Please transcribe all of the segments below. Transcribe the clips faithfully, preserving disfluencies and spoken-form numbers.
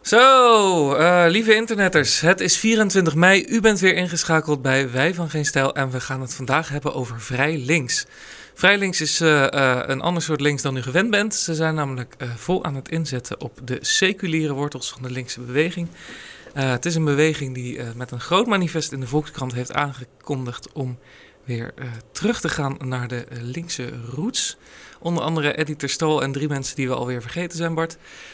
Zo, uh, lieve internetters, het is vierentwintig mei. U bent weer ingeschakeld bij Wij van Geen Stijl en we gaan het vandaag hebben over Vrij Links. Vrij Links is uh, uh, een ander soort links dan u gewend bent. Ze zijn namelijk uh, vol aan het inzetten op de seculiere wortels van de linkse beweging. Uh, het is een beweging die uh, met een groot manifest in de Volkskrant heeft aangekondigd om weer uh, terug te gaan naar de uh, linkse roots. Onder andere Eddy ter Stol en drie mensen die we alweer vergeten zijn, Bart.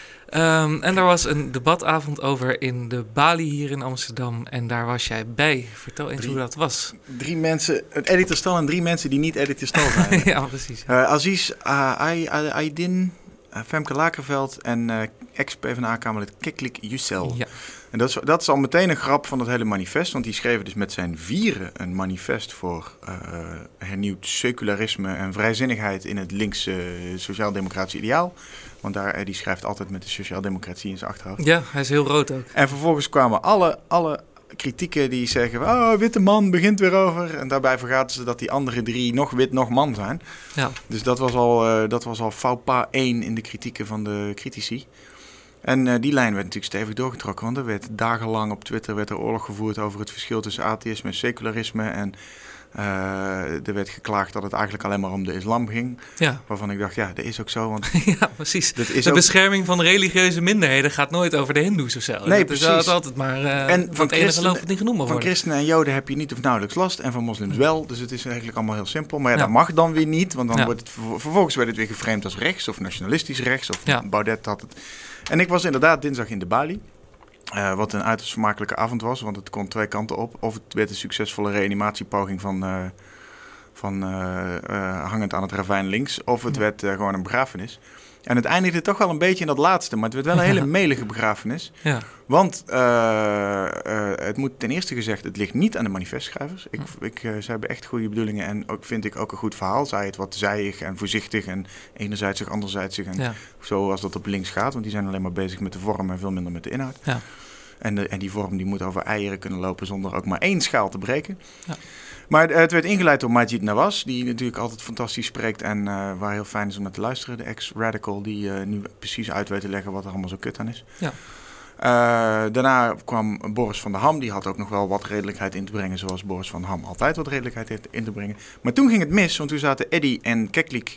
Um, en daar was een debatavond over in de Bali hier in Amsterdam. En daar was jij bij. Vertel eens drie, hoe dat was. Drie mensen, Eddy ter Stol en drie mensen die niet Eddy ter Stol zijn. Ja, precies. Uh, Aziz uh, Aydin, uh, Femke Lakerveld en uh, ex-P v d A-kamerlid Keklik Yücel. Ja. En dat is, dat is al meteen een grap van het hele manifest. Want die schreven dus met zijn vieren een manifest voor uh, hernieuwd secularisme en vrijzinnigheid in het linkse uh, sociaal-democratische ideaal. Want daar, die schrijft altijd met de sociaal-democratie in zijn achterhoofd. Ja, hij is heel rood ook. En vervolgens kwamen alle, alle kritieken die zeggen, oh, witte man begint weer over. En daarbij vergaten ze dat die andere drie nog wit, nog man zijn. Ja. Dus dat was al, uh, dat was al faux pas één in de kritieken van de critici. En uh, die lijn werd natuurlijk stevig doorgetrokken, want er werd dagenlang op Twitter werd er oorlog gevoerd over het verschil tussen atheïsme en secularisme. En uh, er werd geklaagd dat het eigenlijk alleen maar om de islam ging. Ja. Waarvan ik dacht, ja, dat is ook zo. Want ja, precies. Dat is de ook... bescherming van religieuze minderheden gaat nooit over de hindoes of zo. Nee, dat precies. is altijd, altijd maar uh, en van het ene geloof dat niet genoemd mag Van worden. christenen en joden heb je niet of nauwelijks last en van moslims wel. Dus het is eigenlijk allemaal heel simpel. Maar ja, ja. dat mag dan weer niet, want dan ja. wordt het vervolgens werd het weer geframed als rechts of nationalistisch rechts. Of ja. Baudet had het. En ik was inderdaad dinsdag in de Bali. Uh, wat een uiterst vermakelijke avond was, want het kon twee kanten op. Of het werd een succesvolle reanimatiepoging van, uh, van uh, uh, hangend aan het ravijn links. Of het werd uh, gewoon een begrafenis. En het eindigde toch wel een beetje in dat laatste, maar het werd wel een hele melige begrafenis. Ja. Want uh, uh, het moet ten eerste gezegd, het ligt niet aan de manifestschrijvers. Ik, ik, uh, ze hebben echt goede bedoelingen en ook, vind ik ook een goed verhaal. Zij het wat zijig en voorzichtig en enerzijds zich, anderzijds zich. En ja. zo als dat op links gaat, want die zijn alleen maar bezig met de vorm en veel minder met de inhoud. Ja. En, de, en die vorm die moet over eieren kunnen lopen zonder ook maar één schaal te breken. Ja. Maar het werd ingeleid door Maajid Nawaz, die natuurlijk altijd fantastisch spreekt en uh, waar heel fijn is om naar te luisteren. De ex-radical die uh, nu precies uit weet te leggen wat er allemaal zo kut aan is. Ja. Uh, daarna kwam Boris van der Ham, die had ook nog wel wat redelijkheid in te brengen, zoals Boris van der Ham altijd wat redelijkheid heeft in te brengen. Maar toen ging het mis, want toen zaten Eddy en Keklik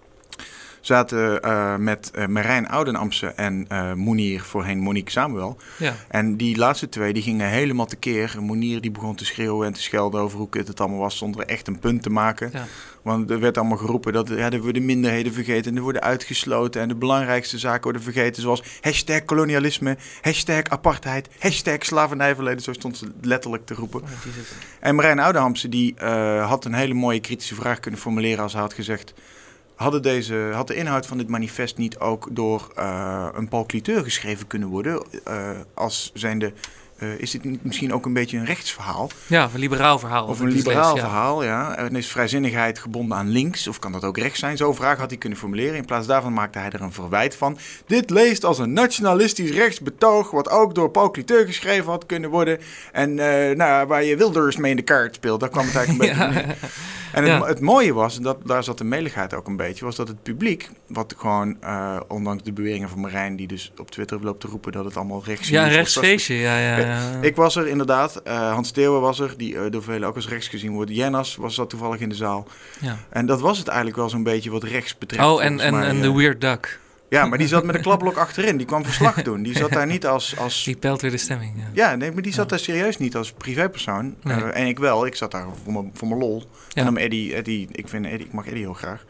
zaten uh, met uh, Marijn Oudenampse en uh, Mounir, voorheen Monique Samuel. Ja. En die laatste twee die gingen helemaal tekeer. Mounir die begon te schreeuwen en te schelden over hoe kut het allemaal was, zonder echt een punt te maken. Ja. Want er werd allemaal geroepen dat ja, er worden minderheden vergeten en er worden uitgesloten en de belangrijkste zaken worden vergeten, zoals hashtag kolonialisme, hashtag apartheid, hashtag slavernijverleden. Zo stond ze letterlijk te roepen. Oh, en Marijn Oudenampse die uh, had een hele mooie kritische vraag kunnen formuleren als hij had gezegd, Hadden deze, had de inhoud van dit manifest niet ook door uh, een Paul Cliteur geschreven kunnen worden? Uh, als zijnde, uh, is dit niet misschien ook een beetje een rechtsverhaal? Ja, of een liberaal verhaal. Of een liberaal lees, verhaal, ja. ja. En is vrijzinnigheid gebonden aan links? Of kan dat ook rechts zijn? Zo'n vraag had hij kunnen formuleren. In plaats daarvan maakte hij er een verwijt van. Dit leest als een nationalistisch rechtsbetoog, wat ook door Paul Cliteur geschreven had kunnen worden. En uh, nou, waar je Wilders mee in de kaart speelt, daar kwam het eigenlijk een beetje ja. En het, ja. het mooie was, en dat, daar zat de meligheid ook een beetje, was dat het publiek, wat gewoon, uh, ondanks de beweringen van Marijn, die dus op Twitter loopt te roepen dat het allemaal rechts is. Ja, een rechtsfeestje, ja, ja, ja. Ik was er inderdaad, uh, Hans Theeuwen was er, die uh, door velen ook als rechts gezien wordt. Jennas was dat toevallig in de zaal. Ja. En dat was het eigenlijk wel zo'n beetje wat rechts betreft. Oh, en, en, en de Weird Duck. Ja, maar die zat met een klapblok achterin. Die kwam verslag doen. Die zat daar niet als... als... Die pelt weer de stemming. Ja, ja nee, maar die zat ja. daar serieus niet als privépersoon. Nee. Uh, en ik wel. Ik zat daar voor mijn, voor mijn lol. Ja. En dan Eddy, Eddy, ik vind Eddy, ik mag Eddy heel graag.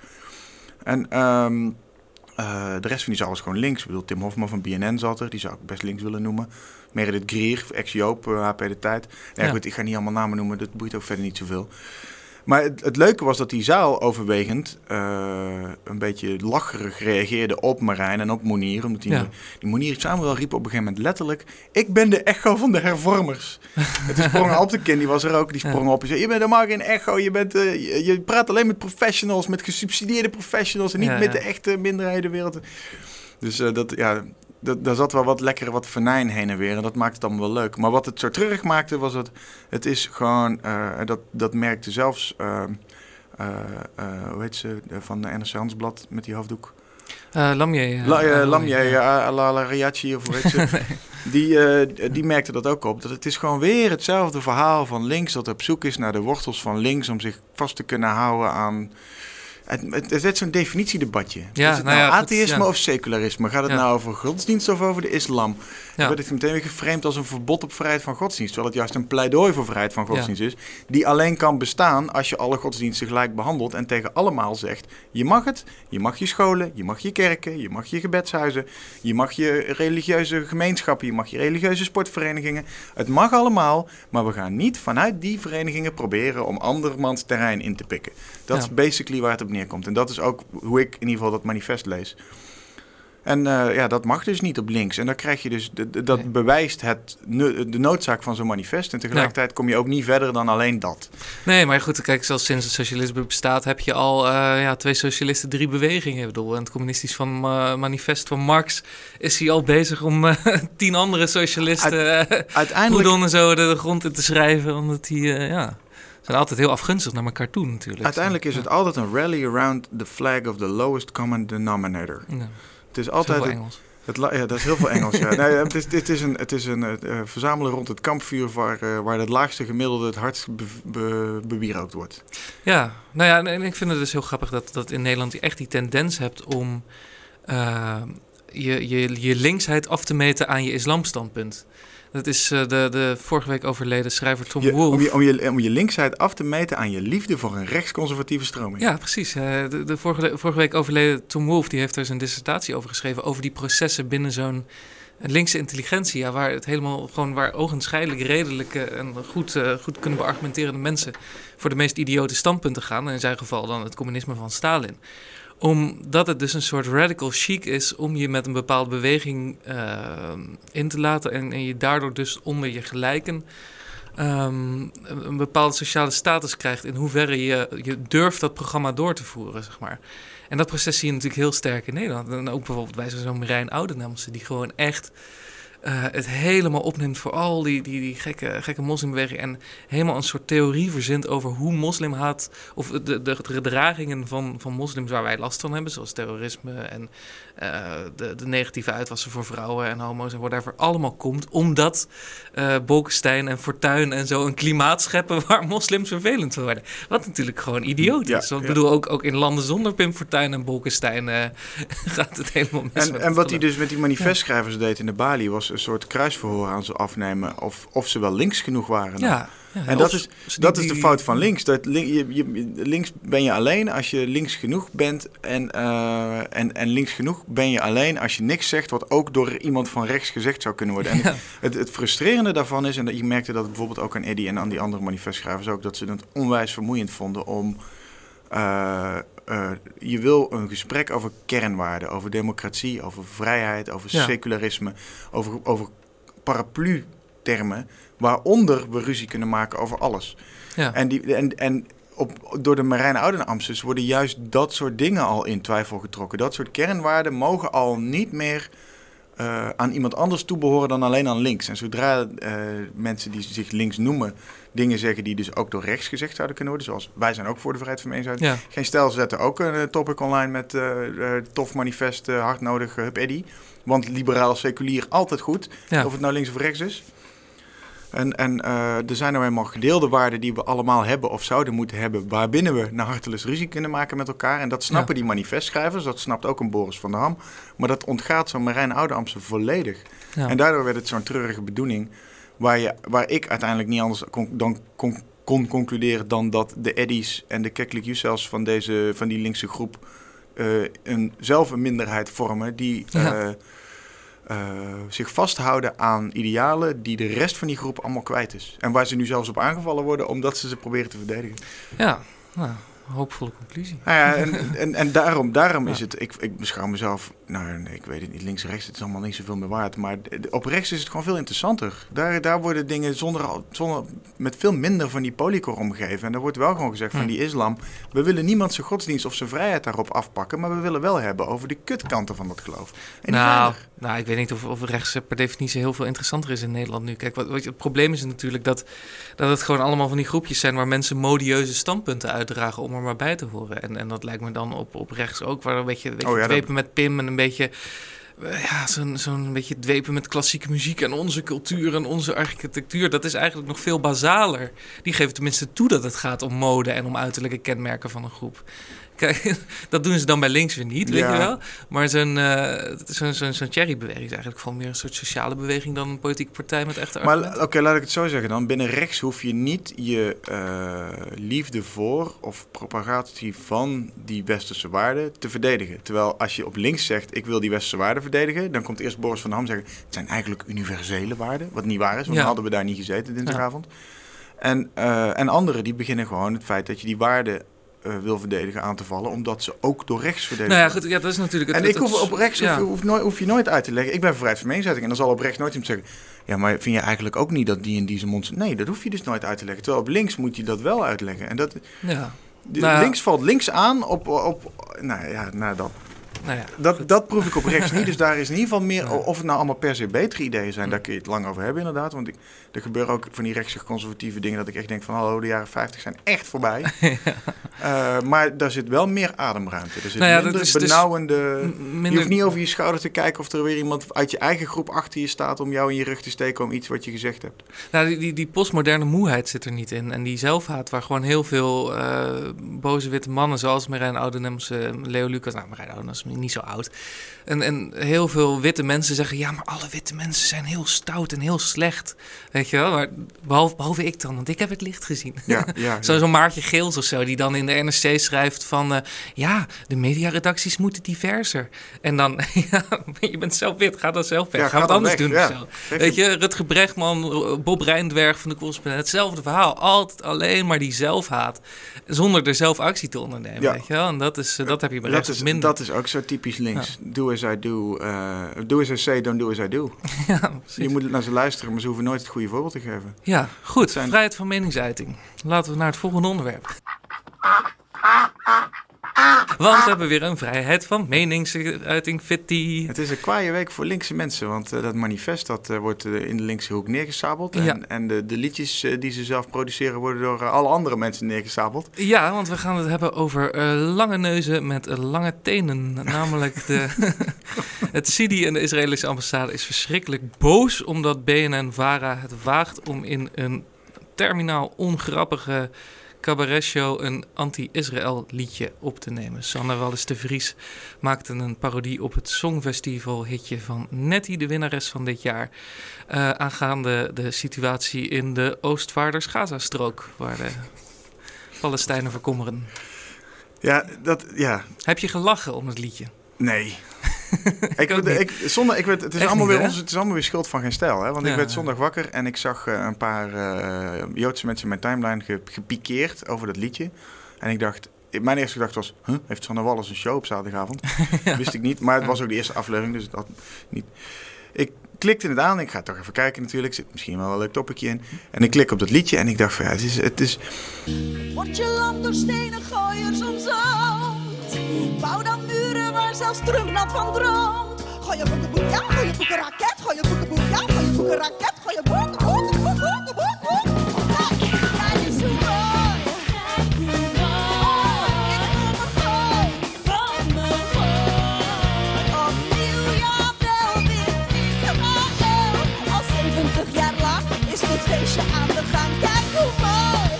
En um, uh, de rest van die zaal was gewoon links. Ik bedoel, Tim Hofman van B N N zat er. Die zou ik best links willen noemen. Meredith Grier, ex-Joop, uh, H P De Tijd. Ja, ja, goed, ik ga niet allemaal namen noemen. Dat boeit ook verder niet zoveel. Maar het, het leuke was dat die zaal overwegend uh, een beetje lacherig reageerde op Marijn en op Mounir. Omdat die, ja. die Mounir Samuel riep op een gegeven moment letterlijk, ik ben de echo van de hervormers. En toen sprong Alptekin, die was er ook, die sprong ja. op en zei, je bent helemaal geen echo, je, bent, uh, je, je praat alleen met professionals, met gesubsidieerde professionals en niet ja, met ja. de echte minderhedenwereld. Dus uh, dat, ja... Daar zat wel wat lekker wat venijn heen en weer. En dat maakte het allemaal wel leuk. Maar wat het zo terug maakte was dat het is gewoon... Uh, dat, dat merkte zelfs... Uh, uh, uh, hoe heet ze? Van de N R C Handelsblad met die hoofddoek. Uh, Lamier. Uh, La, uh, Lamier, ja, uh, La Riachi of hoe heet ze. nee. Die, uh, die merkte dat ook op. Dat het is gewoon weer hetzelfde verhaal van links dat op zoek is naar de wortels van links om zich vast te kunnen houden aan... Het, het, het werd zo'n definitiedebatje. Ja, is het nou nou ja, atheïsme goed, ja. of secularisme? Gaat het ja. nou over godsdienst of over de islam? Ja. Dan werd het meteen weer geframed als een verbod op vrijheid van godsdienst. Terwijl het juist een pleidooi voor vrijheid van godsdienst ja. is. Die alleen kan bestaan als je alle godsdiensten gelijk behandelt. En tegen allemaal zegt, je mag het. Je mag je scholen, je mag je kerken, je mag je gebedshuizen. Je mag je religieuze gemeenschappen, je mag je religieuze sportverenigingen. Het mag allemaal, maar we gaan niet vanuit die verenigingen proberen om andermans terrein in te pikken. Dat ja. is basically waar het op neerkomt. En dat is ook hoe ik in ieder geval dat manifest lees. En uh, ja, dat mag dus niet op links. En dan krijg je dus, de, de, dat nee. bewijst het, de noodzaak van zo'n manifest. En tegelijkertijd ja. kom je ook niet verder dan alleen dat. Nee, maar goed, kijk, zelfs sinds het socialisme bestaat heb je al uh, ja, twee socialisten, drie bewegingen. Ik bedoel, en het communistisch van, uh, manifest van Marx is hij al bezig om uh, tien andere socialisten Uit, uh, uiteindelijk en zo de, de grond in te schrijven. Omdat die, uh, ja... Ze zijn altijd heel afgunstig naar elkaar toe natuurlijk. Uiteindelijk is het ja. altijd een rally around the flag of the lowest common denominator. Ja. Het is altijd... Heel veel Engels. Het, het, ja, dat is heel veel Engels, ja. Nee, het is, het is een, het is een uh, verzamelen rond het kampvuur waar, uh, waar het laagste gemiddelde het hardst be, be, bewierookt wordt. Ja, nou ja, en ik vind het dus heel grappig dat, dat in Nederland je echt die tendens hebt om uh, je, je, je linksheid af te meten aan je islamstandpunt. Dat is uh, de, de vorige week overleden schrijver Tom je, Wolfe. Om je, om, je, om je linksheid af te meten aan je liefde voor een rechtsconservatieve stroming. Ja, precies. Uh, de de vorige, vorige week overleden Tom Wolfe, die heeft er zijn dissertatie over geschreven, over die processen binnen zo'n linkse intelligentie, ja, waar het helemaal gewoon, waar ogenschijnlijk redelijke en goed, uh, goed kunnen beargumenterende mensen voor de meest idiote standpunten gaan. En in zijn geval dan het communisme van Stalin. Omdat het dus een soort radical chic is om je met een bepaalde beweging uh, in te laten en, en je daardoor dus onder je gelijken um, een bepaalde sociale status krijgt in hoeverre je, je durft dat programma door te voeren, zeg maar. En dat proces zie je natuurlijk heel sterk in Nederland. En ook bijvoorbeeld bij zo'n Marijn Oudenamse, die gewoon echt uh, het helemaal opneemt voor al die, die, die gekke, gekke moslimbeweging en helemaal een soort theorie verzint over hoe moslimhaat of de, de, de gedragingen van, van moslims waar wij last van hebben, zoals terrorisme en uh, de, de negatieve uitwassen voor vrouwen en homo's en whatever, allemaal komt omdat uh, Bolkestein en Fortuyn en zo een klimaat scheppen waar moslims vervelend worden. Wat natuurlijk gewoon idioot is. Ja, Want ik ja. bedoel, ook, ook in landen zonder Pim Fortuyn en Bolkestein uh, gaat het helemaal mis. En, en wat hij dus met die manifestschrijvers ja. deed in de Bali was een soort kruisverhoor aan ze afnemen of, of ze wel links genoeg waren. Ja, ja, en dat, is, dat is de fout van links. Dat, je, je, links ben je alleen als je links genoeg bent en, uh, en, en links genoeg ben je alleen als je niks zegt wat ook door iemand van rechts gezegd zou kunnen worden. En ja. het, het frustrerende daarvan is, en dat je merkte dat bijvoorbeeld ook aan Eddy en aan die andere manifestschrijvers ook, dat ze het onwijs vermoeiend vonden om... Uh, uh, je wil een gesprek over kernwaarden, over democratie, over vrijheid, over ja. secularisme, over, over paraplu-termen, waaronder we ruzie kunnen maken over alles. Ja. En, die, en, en op, door de Marijn Oudenamses worden juist dat soort dingen al in twijfel getrokken. Dat soort kernwaarden mogen al niet meer uh, aan iemand anders toebehoren dan alleen aan links. En zodra uh, mensen die zich links noemen dingen zeggen die dus ook door rechts gezegd zouden kunnen worden, zoals wij zijn ook voor de vrijheid van meningsuiting. Ja. Geen Stijl zetten ook een topic online met uh, uh, tof manifest, uh, hard nodig, uh, Hup Eddy. Want liberaal, seculier, altijd goed. Ja. Of het nou links of rechts is. En, en uh, er zijn nou eenmaal gedeelde waarden die we allemaal hebben of zouden moeten hebben, waarbinnen we naar hartelust ruzie kunnen maken met elkaar. En dat snappen ja. die manifestschrijvers, dat snapt ook een Boris van der Ham. Maar dat ontgaat zo'n Marijn Oudenamse volledig. Ja. En daardoor werd het zo'n treurige bedoeling, waar, je, waar ik uiteindelijk niet anders kon, dan kon, kon concluderen dan dat de Eddies en de Keklik Yücels van, deze, van die linkse groep uh, een, zelf een minderheid vormen die ja. uh, uh, zich vasthouden aan idealen die de rest van die groep allemaal kwijt is. En waar ze nu zelfs op aangevallen worden omdat ze ze proberen te verdedigen. Ja, nou, hoopvolle conclusie. Nou ja, en, en, en daarom, daarom ja. is het, ik, ik beschouw mezelf, nou nee, ik weet het niet, links en rechts, het is allemaal niet zoveel meer waard, maar op rechts is het gewoon veel interessanter. Daar, daar worden dingen zonder, zonder, met veel minder van die polycor omgeven. En daar wordt wel gewoon gezegd hm. van die islam, we willen niemand zijn godsdienst of zijn vrijheid daarop afpakken, maar we willen wel hebben over de kutkanten van dat geloof. En nou, nou, ik weet niet of, of rechts per definitie heel veel interessanter is in Nederland nu. Kijk, wat, wat, het probleem is natuurlijk dat, dat het gewoon allemaal van die groepjes zijn waar mensen modieuze standpunten uitdragen om er er maar bij te horen. En, en dat lijkt me dan op, op rechts ook, waar een beetje, een beetje oh, ja, dwepen dat... met Pim en een beetje... Ja, zo'n, zo'n beetje dwepen met klassieke muziek en onze cultuur en onze architectuur. Dat is eigenlijk nog veel basaler. Die geven tenminste toe dat het gaat om mode en om uiterlijke kenmerken van een groep. Kijk, dat doen ze dan bij links weer niet, weet ja. je wel. Maar zo'n, uh, zo'n, zo'n, zo'n Cherry-beweging is eigenlijk gewoon meer een soort sociale beweging dan een politieke partij met echte argumenten. Maar oké, okay, laat ik het zo zeggen dan. Binnen rechts hoef je niet je uh, liefde voor of propagatie van die westerse waarden te verdedigen. Terwijl als je op links zegt, ik wil die westerse waarden verdedigen, dan komt eerst Boris van Ham zeggen, het zijn eigenlijk universele waarden. Wat niet waar is, want ja. dan hadden we daar niet gezeten dinsdagavond. Ja. En, uh, en anderen die beginnen gewoon het feit dat je die waarden Uh, wil verdedigen aan te vallen, omdat ze ook door rechts verdedigen. Nou ja, goed, ja, dat is natuurlijk het, en het, ik hoef op rechts ja. hoef, hoef, nooit, hoef je nooit uit te leggen. Ik ben voor vrijheid van meningsuiting en dan zal op rechts nooit iemand zeggen, ja, maar vind je eigenlijk ook niet dat die en die zijn mond... Nee, dat hoef je dus nooit uit te leggen. Terwijl op links moet je dat wel uitleggen. En dat... Ja. De, nou, links valt links aan op... op nou ja, nou dat... Nou ja, dat, dat proef ik op rechts niet. Dus daar is in ieder geval meer... Of het nou allemaal per se betere ideeën zijn, daar kun je het lang over hebben inderdaad. Want ik, er gebeuren ook van die rechtse conservatieve dingen dat ik echt denk van... hallo, de jaren vijftig zijn echt voorbij. ja. uh, maar daar zit wel meer ademruimte. Er zit nou ja, minder dat is, benauwende... Dus minder... Je hoeft niet over je schouder te kijken of er weer iemand uit je eigen groep achter je staat... om jou in je rug te steken om iets wat je gezegd hebt. Nou, die, die, die postmoderne moeheid zit er niet in. En die zelfhaat waar gewoon heel veel uh, boze witte mannen... zoals Marijn Oudenems, uh, Leo Lucas... Nou, Marijn Oudenems niet zo oud. En, en heel veel witte mensen zeggen... ja, maar alle witte mensen zijn heel stout en heel slecht. Weet je wel? Maar behalve, behalve ik dan, want ik heb het licht gezien. Ja, ja, zo, ja. Zo'n Maartje Geels of zo, die dan in de N R C schrijft van... Uh, ja, de mediaredacties moeten diverser. En dan, ja, je bent zelf wit, ga dan zelf weg. Ja, ga wat anders weg. doen ja. of zo. Weet je, Rutger Bregman, Bob Rijndwerg van de Correspondent... hetzelfde verhaal. Altijd alleen maar die zelfhaat. Zonder er zelf actie te ondernemen, ja. weet je wel? En dat, is, dat heb je bij rechts dat is, minder. Dat is ook zo typisch links. Ja. Do as I do. Uh, do as I say, don't do as I do. Ja, je moet naar ze luisteren, maar ze hoeven nooit het goede voorbeeld te geven. Ja, goed. Zijn... Vrijheid van meningsuiting. Laten we naar het volgende onderwerp. Want we hebben weer een vrijheid van meningsuiting fitty. Het is een kwaaie week voor linkse mensen, want uh, dat manifest dat uh, wordt uh, in de linkse hoek neergesabeld. En, ja. en de, de liedjes uh, die ze zelf produceren worden door uh, alle andere mensen neergesabeld. Ja, want we gaan het hebben over uh, lange neuzen met uh, lange tenen. Namelijk de, het Sidi en de Israëlische ambassade is verschrikkelijk boos omdat B N N-Vara het waagt om in een terminaal ongrappige cabaretshow een anti-Israël liedje op te nemen. Sanne Wallis de Vries maakte een parodie op het Songfestival hitje van Nettie, de winnares van dit jaar, uh, aangaande de situatie in de Oostvaarders Gazastrook, waar de Palestijnen verkommeren. Ja, dat, ja. Heb je gelachen om het liedje? Nee. ik, ik, ik, zonder, ik werd, het, is allemaal niet, weer ons, het is allemaal weer schuld van geen stijl. Hè? Want ja. ik werd zondag wakker en ik zag uh, een paar uh, Joodse mensen in mijn timeline ge, gepikeerd over dat liedje. En ik dacht, mijn eerste gedachte was, huh, heeft Sanne Wallis een show op zaterdagavond? ja. Wist ik niet, maar het was ook de eerste aflevering, dus dat niet. Ik klikte het aan, ik ga toch even kijken natuurlijk, zit misschien wel een leuk topicje in. En ik klik op dat liedje en ik dacht van ja, het is... Het is... Word je land door stenen gooiers omzand. Bouw dan muren waar zelfs Trump nat van droomt. Gooi je boekenboek, ja, gooi je boeken raket. Gooi je boekenboek, ja, gooi je boeken raket. Gooi je boeken, boeken, boeken, boeken, boeken, boeken. Ja, je zo mooi. Jaar lang is dit feestje aan de gang. Kijk hoe mooi.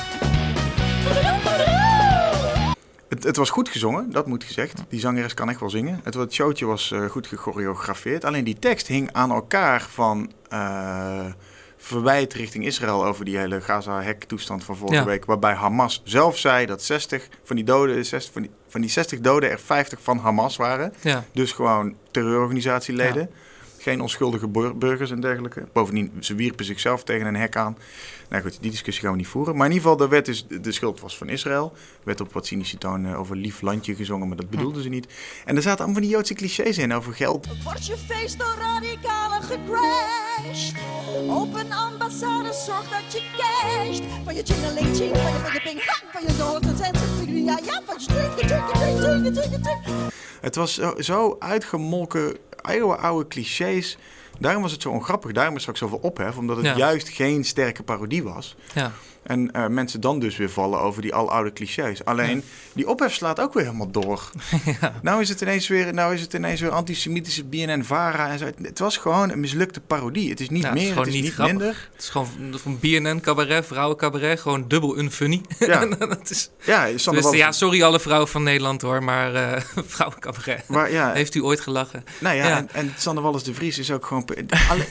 Het, het was goed gezongen, dat moet gezegd. Die zangeres kan echt wel zingen. Het, het showtje was uh, goed gechoreografeerd. Alleen die tekst hing aan elkaar van uh, verwijt richting Israël over die hele Gaza-hek-toestand van vorige ja. week. Waarbij Hamas zelf zei dat zestig van die doden, zestig van die, van die zestig doden er vijftig van Hamas waren. Ja. Dus gewoon terreurorganisatieleden. Ja. Geen onschuldige burgers en dergelijke. Bovendien, ze wierpen zichzelf tegen een hek aan. Nou goed, die discussie gaan we niet voeren. Maar in ieder geval, de, wet is, de schuld was van Israël. Er werd op wat cynische toon uh, over lief landje gezongen, maar dat bedoelden ze niet. En er zaten allemaal van die Joodse clichés in over geld. Wordt je feest door radicalen gecrashed? Open ambassade, zorg dat je casht. Van je chingeling ching, van je van je ping, van je dood en ja, ja, van je string, drink, drink, drink, drink, drink. Het was zo, zo uitgemolken, oude, oude clichés. Daarom was het zo ongrappig. Daarom is er ook zoveel ophef, omdat het ja. juist geen sterke parodie was. Ja. En uh, mensen dan dus weer vallen over die aloude clichés. Alleen, ja. die ophef slaat ook weer helemaal door. Ja. Nou is het ineens weer, nou is het ineens weer antisemitische B N N-Vara en zo. Het was gewoon een mislukte parodie. Het is niet ja, meer, het is, het is niet, niet minder. Het is gewoon van B N N-cabaret, vrouwencabaret, gewoon dubbel unfunny. Ja, dat is, ja, dus, ja, sorry alle vrouwen van Nederland hoor, maar uh, vrouwencabaret. Maar, ja, heeft u ooit gelachen? Nou ja, ja. En, en Sanne Wallis de Vries is ook gewoon... Alle,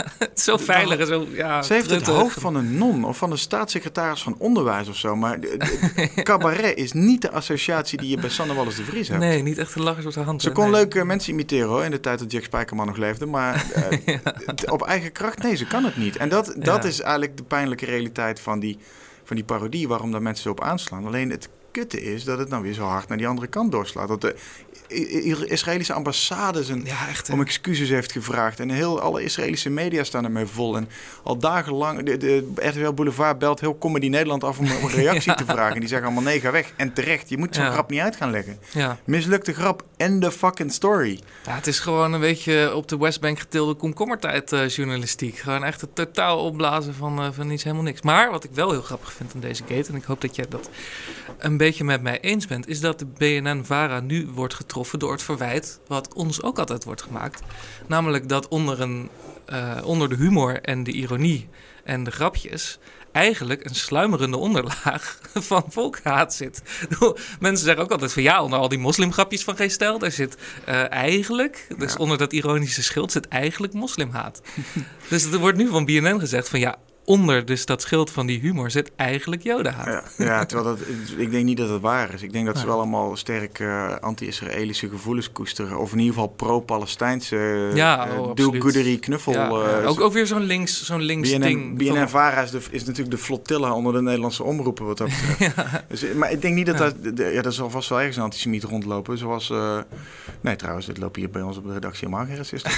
zo veilig en zo, ja... Ze heeft truttig. Het hoofd van een non of van een staatssecretaris van onderwijs of zo. Maar de, de, cabaret is niet de associatie die je bij Sanne Wallis de Vries hebt. Nee, niet echt de lachers op de hand. Ze kon nee. leuke mensen imiteren hoor, in de tijd dat Jack Spijkerman nog leefde. Maar uh, ja. op eigen kracht, nee, ze kan het niet. En dat, dat ja. is eigenlijk de pijnlijke realiteit van die, van die parodie, waarom daar mensen zo op aanslaan. Alleen het kutte is dat het nou weer zo hard naar die andere kant doorslaat. Dat de Israëlische ambassade zijn ja, echt, om excuses heeft gevraagd. En heel alle Israëlische media staan ermee vol. En al dagenlang, de, de R T L Boulevard belt heel Comedy Nederland af om een reactie ja. te vragen. En die zeggen allemaal nee, ga weg. En terecht, je moet zo'n ja. grap niet uit gaan leggen. Ja. Mislukte grap, end the fucking story. Ja, het is gewoon een beetje op de Westbank getilde komkommertijd uh, journalistiek. Gewoon echt het totaal opblazen van, uh, van iets helemaal niks. Maar wat ik wel heel grappig vind aan deze gate, en ik hoop dat jij dat een beetje met mij eens bent, is dat de B N N-Vara nu wordt getroffen door het verwijt wat ons ook altijd wordt gemaakt. Namelijk dat onder, een, uh, onder de humor en de ironie en de grapjes eigenlijk een sluimerende onderlaag van volkhaat zit. Mensen zeggen ook altijd van ja, onder al die moslimgrapjes van geen stijl, daar zit uh, eigenlijk, dus ja. onder dat ironische schild zit eigenlijk moslimhaat. Dus er wordt nu van B N N gezegd van ja, onder dus dat schild van die humor zit eigenlijk jodenhaat. Ja, ja, terwijl dat, ik denk niet dat het waar is. Ik denk dat ze wel allemaal sterk uh, anti-Israëlische gevoelens koesteren. Of in ieder geval pro-Palestijnse ja, uh, oh, do-goodery knuffel. Ja, ja. Uh, ook, ook weer zo'n links, zo'n links B N N, ding. B N N-Vara is, is natuurlijk de flotilla onder de Nederlandse omroepen wat dat betreft. ja. dus, maar ik denk niet dat ja. dat... De, ja, er zal vast wel ergens een antisemiet rondlopen. Zoals... Uh, nee, trouwens, dit lopen hier bij ons op de redactie helemaal geen racisten.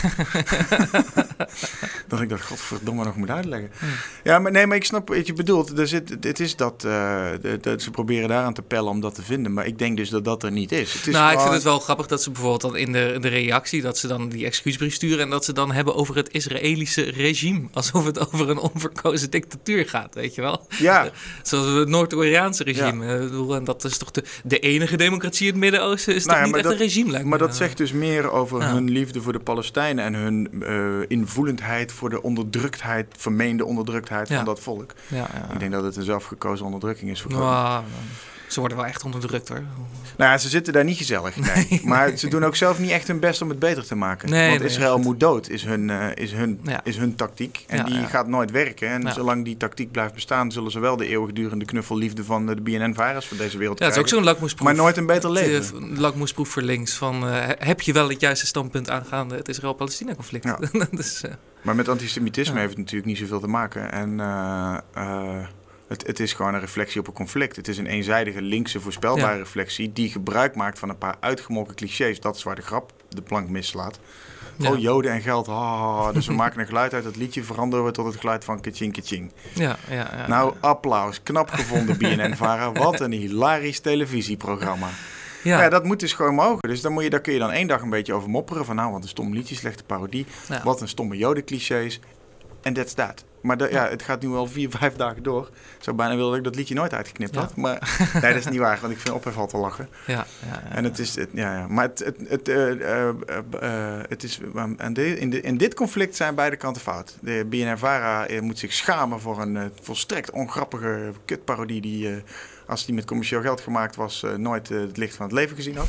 dat ik dat godverdomme nog moet uitleggen. Hmm. Ja, maar nee, maar ik snap wat je bedoelt. Er zit, het is dat, uh, de, de, ze proberen daaraan te pellen om dat te vinden. Maar ik denk dus dat dat er niet is. Het is nou, gewoon... ik vind het wel grappig dat ze bijvoorbeeld dan in de, in de reactie, dat ze dan die excuusbrief sturen en dat ze dan hebben over het Israëlische regime. Alsof het over een onverkozen dictatuur gaat, weet je wel? Ja. Zoals het Noord-Koreaanse regime. Ja. En dat is toch de, de enige democratie in het Midden-Oosten, is nou toch ja, niet echt dat, een regime, lijkt Maar me. dat zegt dus meer over ja. hun liefde voor de Palestijnen en hun uh, invoelendheid voor de onderdruktheid, vermeende onderdruktheid ja. van dat volk. Ja, ja, ja. Ik denk dat het een zelfgekozen onderdrukking is voor nou, ze worden wel echt onderdrukt hoor. Nou ja, ze zitten daar niet gezellig. Nee. nee. Maar ze doen ook zelf niet echt hun best om het beter te maken. Nee, Want nee, Israël moet dood, is hun, uh, is hun, ja. is hun tactiek. En ja, die ja. gaat nooit werken. En ja. zolang die tactiek blijft bestaan, zullen ze wel de eeuwigdurende knuffelliefde van de B N N-Vara's van deze wereld ja, krijgen. Dat is ook zo'n lakmoesproef. Maar nooit een beter leven. Een lakmoesproef voor links. Van, uh, heb je wel het juiste standpunt aangaande het Israël-Palestina-conflict? Ja. dus, uh, maar met antisemitisme ja. heeft het natuurlijk niet zoveel te maken. En... Uh, uh, Het, het is gewoon een reflectie op een conflict. Het is een eenzijdige linkse voorspelbare ja. reflectie die gebruik maakt van een paar uitgemolken clichés. Dat is waar de grap de plank mislaat. Ja. Oh, joden en geld. Oh, dus we maken een geluid uit het liedje, veranderen we tot het geluid van kaching kaching. Ja, ja, ja, nou, applaus. Knap gevonden, B N N-Vara. Wat een hilarisch televisieprogramma. Ja. ja, dat moet dus gewoon mogen. Dus dan moet je, daar kun je dan één dag een beetje over mopperen. Van nou, wat een stom liedje, slechte parodie. Ja. Wat een stomme jodenclichés. En that's that. Maar de, ja, het gaat nu al vier, vijf dagen door. Ik zou bijna willen dat ik dat liedje nooit uitgeknipt ja. had. Maar nee, dat is niet waar, want ik vind ophef al te lachen. Ja, ja, ja, en het is, het, ja, ja. Maar het, het, het, uh, uh, uh, het is, en de, in, de, in dit conflict zijn beide kanten fout. De B N N-Vara uh, moet zich schamen voor een uh, volstrekt ongrappige kutparodie die, uh, als die met commercieel geld gemaakt was, uh, nooit uh, het licht van het leven gezien had.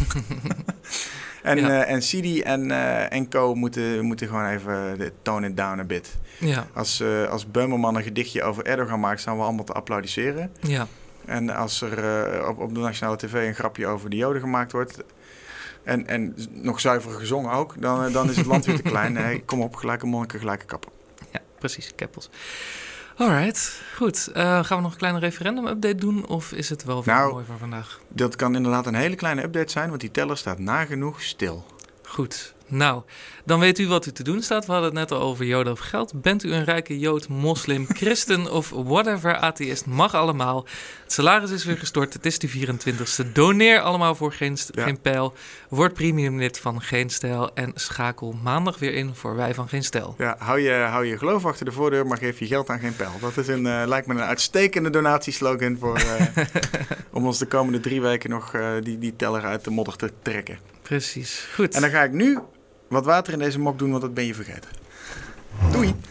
En, ja. uh, en Sidi en, uh, en co moeten, moeten gewoon even de tone it down a bit. Ja. Als, uh, als Beumerman een gedichtje over Erdogan maakt, staan we allemaal te applaudisseren. Ja. En als er uh, op, op de nationale tv een grapje over de Joden gemaakt wordt... en, en nog zuiver gezongen ook, dan, uh, dan is het land weer te klein. Nee, kom op, gelijke monniken, gelijke kappen. Ja, precies, keppels. Alright, goed. Uh, gaan we nog een kleine referendum-update doen of is het wel weer nou, mooi voor vandaag? Dat kan inderdaad een hele kleine update zijn, want die teller staat nagenoeg stil. Goed. Nou, dan weet u wat u te doen staat. We hadden het net al over Joden of geld. Bent u een rijke Jood, moslim, christen of whatever, atheïst, mag allemaal. Het salaris is weer gestort. Het is de vierentwintigste. Doneer allemaal voor Geen, ja. geen Pijl. Word premium lid van Geen Stijl. En schakel maandag weer in voor Wij van Geen Stijl. Ja, hou je, hou je geloof achter de voordeur, maar geef je geld aan Geen Pijl. Dat is een, uh, lijkt me een uitstekende donatieslogan voor, uh, om ons de komende drie weken nog uh, die, die teller uit de modder te trekken. Precies. Goed. En dan ga ik nu wat water in deze mok doen, want dat ben je vergeten. Doei!